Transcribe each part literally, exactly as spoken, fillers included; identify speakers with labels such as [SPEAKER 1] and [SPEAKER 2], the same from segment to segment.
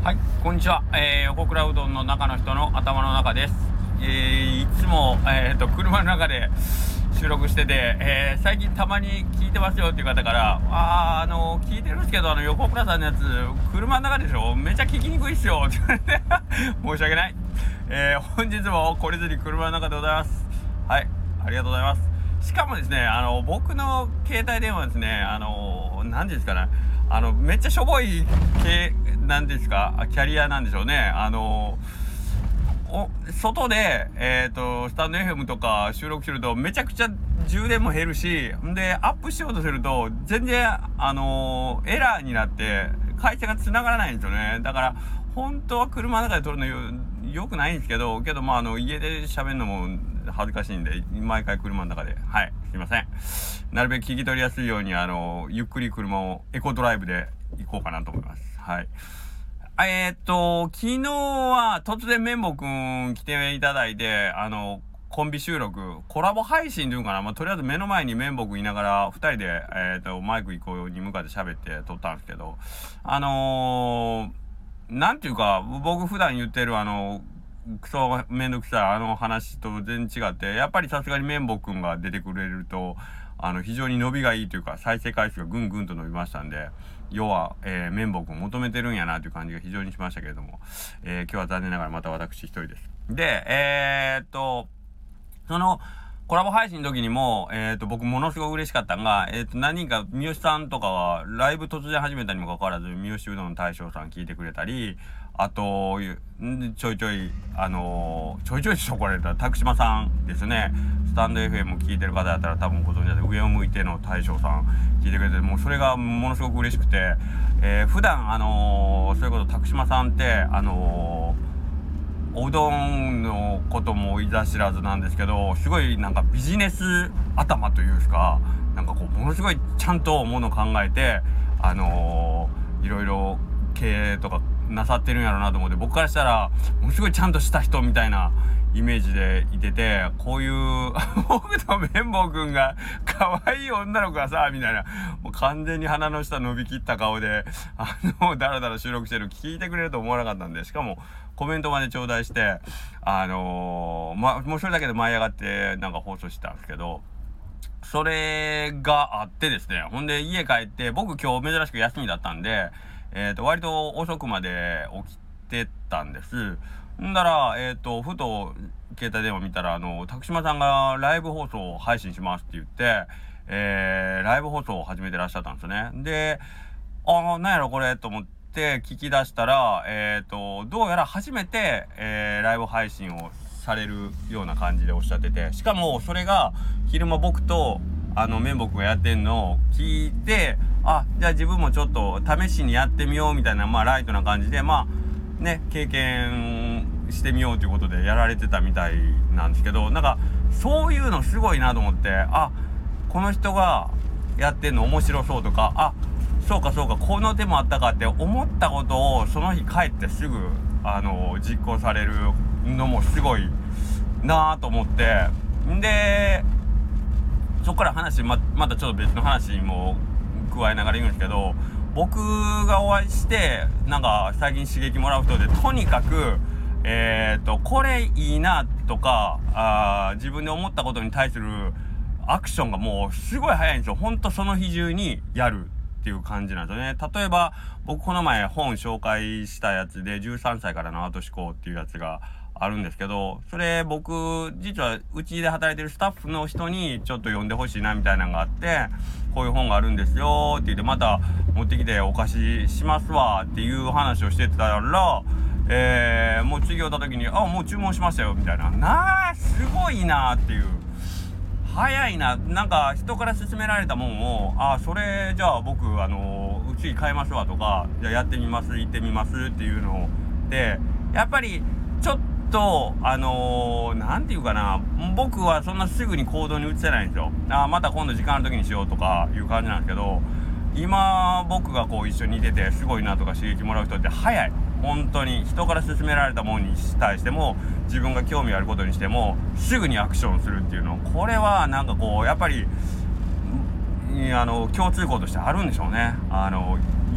[SPEAKER 1] はい、こんにちは。えー、横倉うどんの中の人の頭の中です。えー、いつも、えーと、車の中で収録してて、えー、最近たまに聞いてますよっていう方から、あー、あのー、聞いてるんですけど、あの、横倉さんのやつ、車の中でしょ？めちゃ聞きにくいっすよって言われて、申し訳ない。えー、本日も懲りずに車の中でございます。はい、ありがとうございます。しかもですね、あの、僕の携帯電話ですね、あの、何ですかね、あの、めっちゃしょぼい系、なんですか、キャリアなんでしょうね。あの、お外で、えっと、スタンド エフエム とか収録するとめちゃくちゃ充電も減るし、んで、アップしようとすると、全然、あの、エラーになって、回線が繋がらないんですよね。だから、本当は車の中で撮るのよ、よくないんですけど、けど、まあ、あの、家で喋るのも恥ずかしいんで、毎回車の中で、はい、すいません。なるべく聞き取りやすいように、あの、ゆっくり車をエコドライブで行こうかなと思います。はい。えー、っと、昨日は突然綿棒くん来ていただいて、あの、コンビ収録、コラボ配信というかな、まあ、とりあえず目の前に綿棒くんいながら、二人で、えー、っと、マイク一個に向かって喋って撮ったんですけど、あのー、なんていうか、僕普段言ってるあの、クソめんどくさいあの話と全然違って、やっぱりさすがに綿棒くんが出てくれると、あの、非常に伸びがいいというか、再生回数がぐんぐんと伸びましたんで、要は、えー、綿棒くん求めてるんやなという感じが非常にしましたけれども、えー、今日は残念ながらまた私一人です。で、えー、っと、その、コラボ配信の時にも、えっと、僕ものすごく嬉しかったのが、えっと、何人か、三好さんとかは、ライブ突然始めたにもかかわらず、三好うどんの大将さん聞いてくれたり、あと、ちょいちょい、あのー、ちょいちょいしょこられた、拓島さんですね。スタンド エフエム 聞いてる方だったら多分ご存知だと、上を向いての大将さん聞いてくれて、もうそれがものすごく嬉しくて、えー、普段、あのー、そういうこと、拓島さんって、あのー、おうどんのこともいざ知らずなんですけど、すごいなんかビジネス頭というか、なんかこうものすごいちゃんとものを考えて、あのー、いろいろ経営とかなさってるんやろうなと思って、僕からしたらものすごいちゃんとした人みたいなイメージでいてて、こういう僕と綿棒くんが可愛い女の子がさみたいな、もう完全に鼻の下伸びきった顔であのだらだら収録してる聞いてくれると思わなかったんで、しかもコメントまで頂戴して、あのー、まもうそれだけで舞い上がってなんか放送してたんですけど、それがあってですね、ほんで家帰って僕今日珍しく休みだったんで、えっと割と遅くまで起きてたんです。んだら、えっと、ふと、携帯電話見たら、あの、拓島さんがライブ放送を配信しますって言って、えー、ライブ放送を始めてらっしゃったんですよね。で、あー、なんやろこれと思って聞き出したら、えっと、どうやら初めて、えー、ライブ配信をされるような感じでおっしゃってて、しかも、それが、昼間僕と、あの、綿棒くんがやってんのを聞いて、あ、じゃあ自分もちょっと試しにやってみようみたいな、まあ、ライトな感じで、まあ、ね、経験してみようということでやられてたみたいなんですけど、なんかそういうのすごいなと思って、あ、この人がやってんの面白そうとか、あ、そうかそうかこの手もあったかって思ったことをその日帰ってすぐあの実行されるのもすごいなぁと思って、んでそっから話 ま, またちょっと別の話も加えながら言うんですけど、僕がお会いしてなんか最近刺激もらう人で、とにかくえーとこれいいなとか、あ自分で思ったことに対するアクションがもうすごい早いんですよ。ほんとその日中にやるっていう感じなんですよね。例えば僕この前本紹介したやつでじゅうさんさいからのアート思考っていうやつがあるんですけど、それ僕実はうちで働いてるスタッフの人にちょっと読んでほしいなみたいなのがあって、こういう本があるんですよって言って、また持ってきてお貸ししますわっていう話をしてたら、えー、もう次会った時にあもう注文しましたよみたいな、なあすごいなっていう、早いな、なんか人から勧められたもんを、あそれじゃあ僕あのうち買いますわとか、じゃあやってみます行ってみますっていうので、やっぱりちょっとあのー、なんていうかな、僕はそんなすぐに行動に移せないんですよ。あまた今度時間ある時にしようとかいう感じなんですけど、今僕がこう一緒にいててすごいなとか刺激もらう人って早い。本当に人から勧められたものに対しても自分が興味あることにしてもすぐにアクションするっていうの、これはなんかこうやっぱりあの共通項としてあるんでしょうね。あの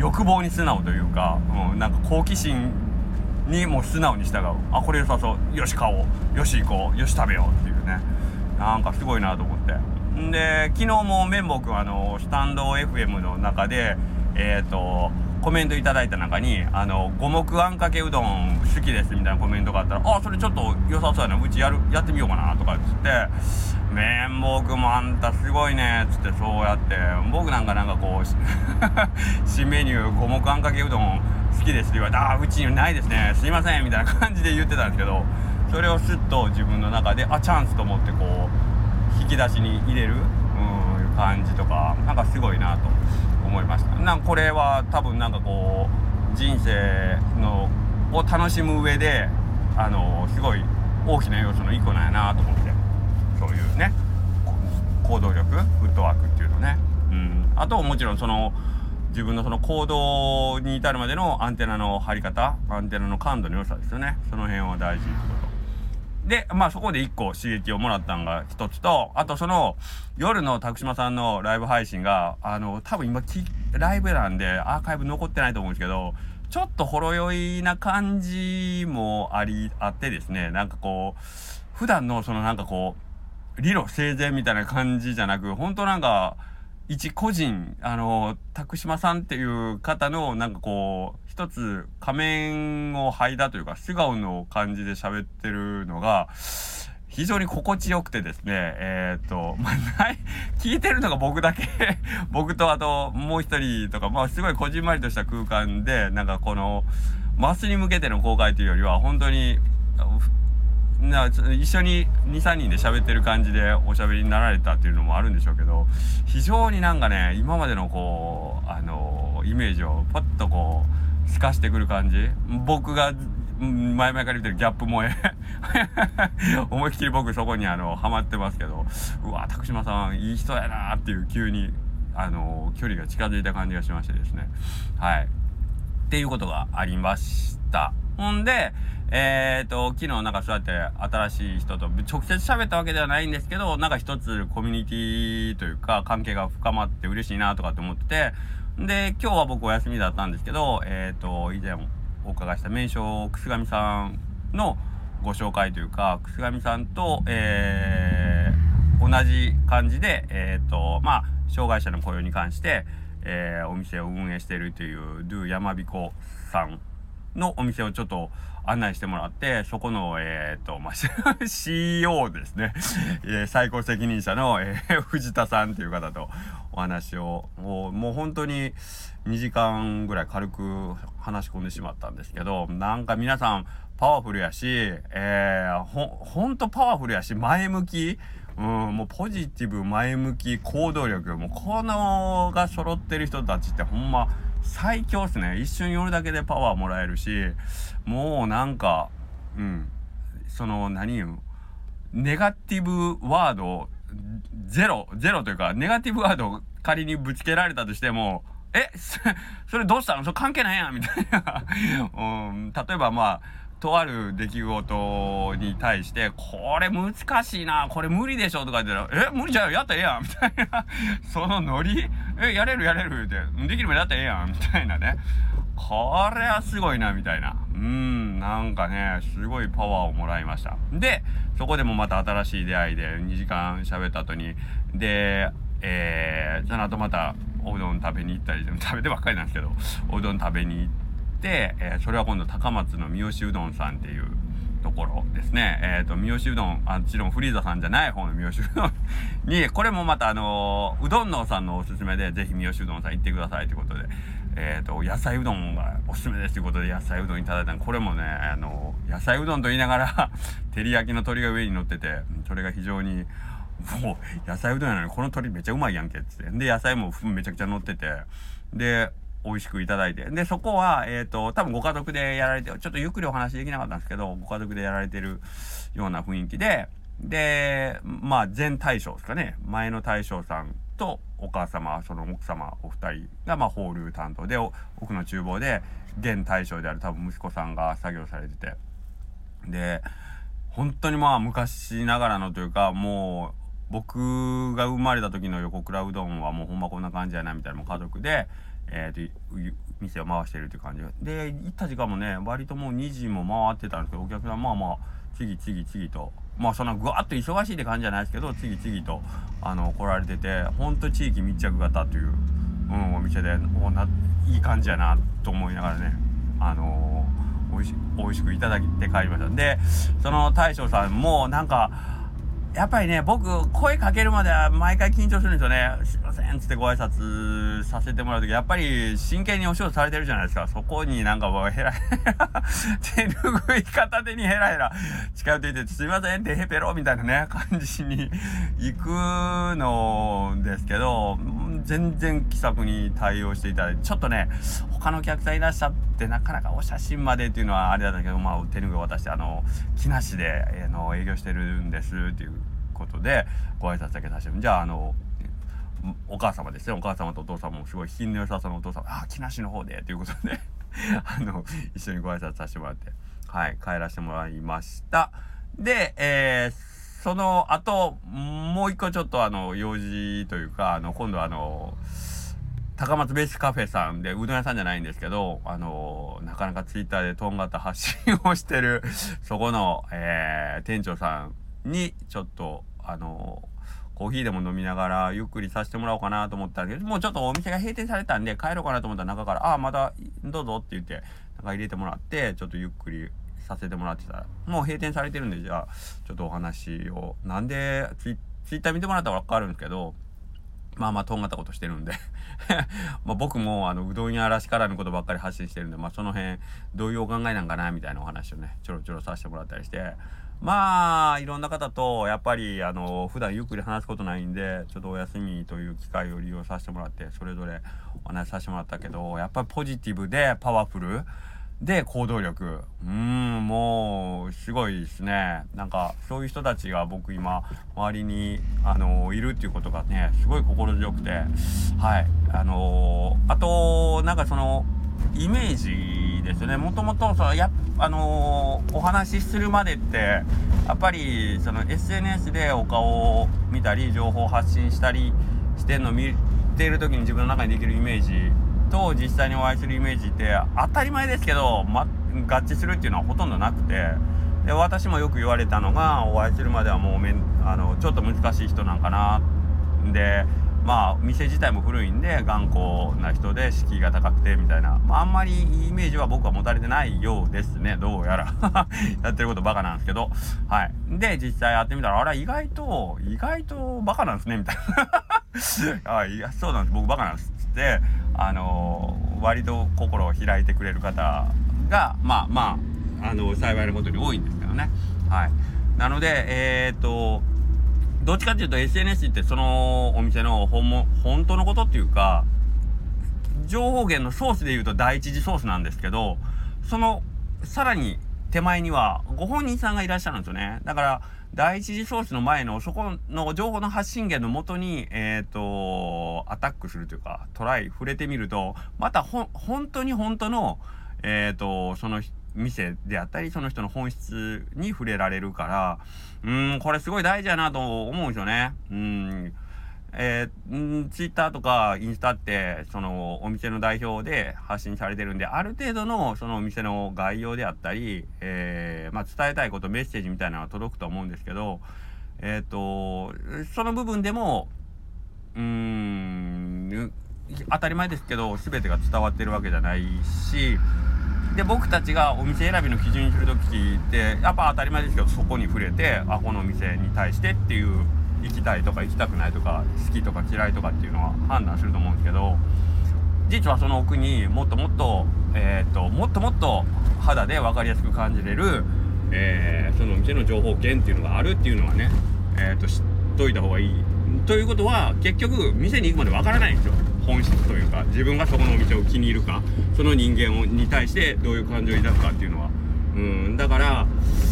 [SPEAKER 1] 欲望に素直というか、うん、なんか好奇心にもう素直に従う。あ、これ良さそう、よし買おう、よし行こう、よし食べようっていうね、なんかすごいなと思って。んで昨日も綿棒くんあのスタンド エフエム の中でえっとコメントいただいた中にあの五目あんかけうどん好きですみたいなコメントがあったら、あ、それちょっと良さそうやな、うちやるやってみようかなとかっつって、綿棒くんもあんたすごいねっつって、そうやって僕なんかなんかこう新メニュー五目あんかけうどん好きですって言われて、あ、うちにないですね、すいませんみたいな感じで言ってたんですけど、それをスッと自分の中であチャンスと思ってこう引き出しに入れる、うん、感じとかなんかすごいなと思いました。なんかこれは多分なんかこう人生のを楽しむ上であのすごい大きな要素の一個なんやなと思って、そういうね行動力フットワークっていうのね、うん、あともちろんその自分のその行動に至るまでのアンテナの張り方、アンテナの感度の良さですよね。その辺を大事ってことで、まあそこで一個刺激をもらったのが一つと、あとその夜の拓島さんのライブ配信があの多分今ライブなんでアーカイブ残ってないと思うんですけど、ちょっとほろ酔いな感じもありあってですね、なんかこう普段のそのなんかこう理路整然みたいな感じじゃなく、本当なんか一個人あの拓島さんっていう方のなんかこう一つ仮面を剥いだというか素顔の感じで喋ってるのが非常に心地よくてですね、えー、っとまあない聞いてるのが僕だけ僕とあともう一人とか、まあすごいこじんまりとした空間で、なんかこのマスに向けての公開というよりは本当にな一緒に にさんにんで喋ってる感じでおしゃべりになられたっていうのもあるんでしょうけど、非常になんかね今までのこうあのイメージをパッとこう透かしてくる感じ、僕が前々から言ってるギャップ萌え思いっきり僕そこにあのハマってますけど、うわ拓島さんいい人やなっていう急にあの距離が近づいた感じがしましてですね、はいっていうことがありました。ほんでえーと昨日なんかそうやって新しい人と直接喋ったわけではないんですけど、なんか一つコミュニティというか関係が深まって嬉しいなとかって思ってて、で今日は僕お休みだったんですけど、えーと以前お伺いした名将楠上さんのご紹介というか、楠上さんと、えー、同じ感じでえーとまあ障害者の雇用に関して、えー、お店を運営しているという Do 山彦さんのお店をちょっと案内してもらって、そこのえっとまあ シーイーオー ですね、えー、最高責任者の、えー、藤田さんという方とお話をもう、もう本当ににじかんぐらい軽く話し込んでしまったんですけど、なんか皆さんパワフルやし、えー、ほほんとパワフルやし前向き、うん、もうポジティブ前向き行動力、もうこのが揃ってる人たちってほんま最強っすね。一緒に寄るだけでパワーもらえるし、もうなんかうんその何言うネガティブワードゼロゼロというか、ネガティブワードを仮にぶつけられたとしても、えそれどうしたの、それ関係ないやんみたいな、うん、例えばまあとある出来事に対してこれ難しいな、これ無理でしょとか言ったら、え無理じゃんやったらええやんみたいなそのノリ、えやれるやれるってできるまでやったらええやんみたいなね、これはすごいなみたいな、うーんなんかねすごいパワーをもらいました。でそこでもまた新しい出会いでにじかん喋った後にでえー、その後またおうどん食べに行ったり、食べてばっかりなんですけどおうどん食べに行ってで、えー、それは今度高松の三好うどんさんっていうところですね。えっと三好うどん、あっちのフリーザさんじゃない方の三好うどんに、これもまたあのー、うどんのさんのおすすめでぜひ三好うどんさん行ってくださいということで、えっと野菜うどんがおすすめですということで野菜うどんいただいたの。これもねあのー、野菜うどんと言いながら照り焼きの鶏が上に乗ってて、それが非常にもう野菜うどんやのにこの鶏めっちゃうまいやんけっつって、で野菜もめちゃくちゃ乗ってて、で美味しくいただいて、でそこはえっと多分ご家族でやられて、ちょっとゆっくりお話できなかったんですけど、ご家族でやられてるような雰囲気で、でまあ前大将ですかね、前の大将さんとお母様、その奥様お二人がまあホール担当で、奥の厨房で現大将である多分息子さんが作業されてて、で本当にまあ昔ながらのというか、もう僕が生まれた時の横倉うどんはもうほんまこんな感じやなみたいな、もう家族でえー、と店を回してるっていう感じで、行った時間もね割ともうにじも回ってたんですけど、お客さんまあまあ次々次と、まあそんなぐわっと忙しいって感じじゃないですけど、次々とあの来られてて、ほんと地域密着型という、うん、お店でおないい感じやなと思いながらね、あのー、おいし美味しくいただいて帰りました。でその大将さんもなんかやっぱりね、僕声かけるまでは毎回緊張するんですよね。すいませんっつってご挨拶させてもらうとき、やっぱり真剣にお仕事されてるじゃないですか。そこになんかもうヘラヘラ手拭い片手にヘラヘラ近寄っていて、すいませんってヘペロみたいなね感じに行くのですけど、全然気さくに対応していただいて、ちょっとね他のお客さんいらっしゃってなかなかお写真までっていうのはあれだったけど、まあ手拭いを渡して、あの木梨で、えー、の営業してるんですっていうことでご挨拶だけさせて、じゃああのお母様ですね、お母様とお父様もすごい品の良さそうなお父様、あ木梨の方でということであの一緒にご挨拶させてもらって、はい帰らせてもらいました。で、えー、その後もう一個ちょっとあの用事というか、あの今度はあの高松ベースカフェさんで、うどん屋さんじゃないんですけど、あのー、なかなかツイッターでとんがった発信をしてるそこの、えー、店長さんにちょっとあのー、コーヒーでも飲みながらゆっくりさせてもらおうかなと思ったんだけど、もうちょっとお店が閉店されたんで帰ろうかなと思ったら、中から「ああまたどうぞ」って言って中入れてもらって、ちょっとゆっくりさせてもらってたら、もう閉店されてるんで、じゃあちょっとお話を、なんでツイツイッター見てもらったら分かるんですけど、まあまあとんがったことしてるんでまあ僕もあのうどん屋らしからぬことばっかり発信してるんで、まあその辺どういうお考えなんかなみたいなお話をねちょろちょろさせてもらったりして、まあいろんな方とやっぱりあの普段ゆっくり話すことないんで、ちょっとお休みという機会を利用させてもらってそれぞれお話しさせてもらったけど、やっぱりポジティブでパワフルで行動力、うーんもうすごいですね。なんかそういう人たちが僕今周りにあのいるっていうことがねすごい心強くて、はいあのー、あとなんかそのイメージですね。もともとさやあのー、お話しするまでってやっぱりその エスエヌエス でお顔を見たり情報を発信したりしてんのを見ている時に自分の中にできるイメージと実際にお会いするイメージって当たり前ですけど、ま、合致するっていうのはほとんどなくて、で私もよく言われたのが、お会いするまではもうめんあのちょっと難しい人なんかな。でまあ店自体も古いんで頑固な人で敷居が高くてみたいな、まあ、あんまりいいイメージは僕は持たれてないようですね、どうやらやってることバカなんですけど、はいで実際やってみたら、あれ意外と意外とバカなんですねみたいなあいやそうなんです、僕バカなんですってあのー、割と心を開いてくれる方がまあまああのー、幸いなことに多いんですけどね。はいなのでえー、っとどっちかっていうと エスエヌエス ってそのお店の本も本当のことっていうか、情報源のソースでいうと第一次ソースなんですけど、そのさらに手前にはご本人さんがいらっしゃるんですよね。だから第一次ソースの前のそこの情報の発信源の元にえっとアタックするというかトライ触れてみると、またほ本当に本当のえっとその店であったりその人の本質に触れられるから、うーんこれすごい大事だなと思うんですよね。うんえー、ツイッターとかインスタってそのお店の代表で発信されてるんで、ある程度のそのお店の概要であったり、えーまあ、伝えたいことメッセージみたいなのが届くと思うんですけど、えっとその部分でもうーん当たり前ですけど全てが伝わってるわけじゃないし、で僕たちがお店選びの基準にするときってやっぱ当たり前ですけど、そこに触れてあこのお店に対してっていう行きたいとか行きたくないとか好きとか嫌いとかっていうのは判断すると思うんですけど、実はその奥にもっともっとえー、っともっともっと肌で分かりやすく感じれる、えー、そのお店の情報源っていうのがあるっていうのはね、えー、っと知っといた方がいいということは、結局店に行くまで分からないんですよ、本質というか自分がそこのお店を気に入るかその人間に対してどういう感情を抱くかっていうのは、うんだから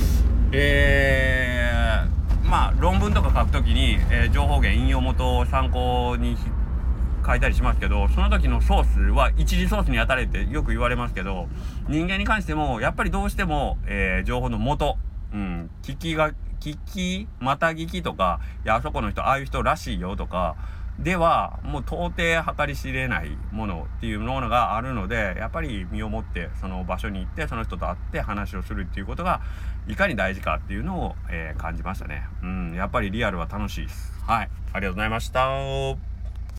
[SPEAKER 1] えー、まあ論文とか書くときに、えー、情報源引用元を参考に書いたりしますけど、その時のソースは一次ソースに当たれってよく言われますけど、人間に関してもやっぱりどうしても、えー、情報の元、うん、聞きが聞きまた聞きとか、いやあそこの人ああいう人らしいよとか、 ではもう到底計り知れないものっていうものがあるので、やっぱり身をもってその場所に行ってその人と会って話をするっていうことがいかに大事かっていうのを、えー、感じましたね。うん、やっぱりリアルは楽しいです。はい、ありがとうございました。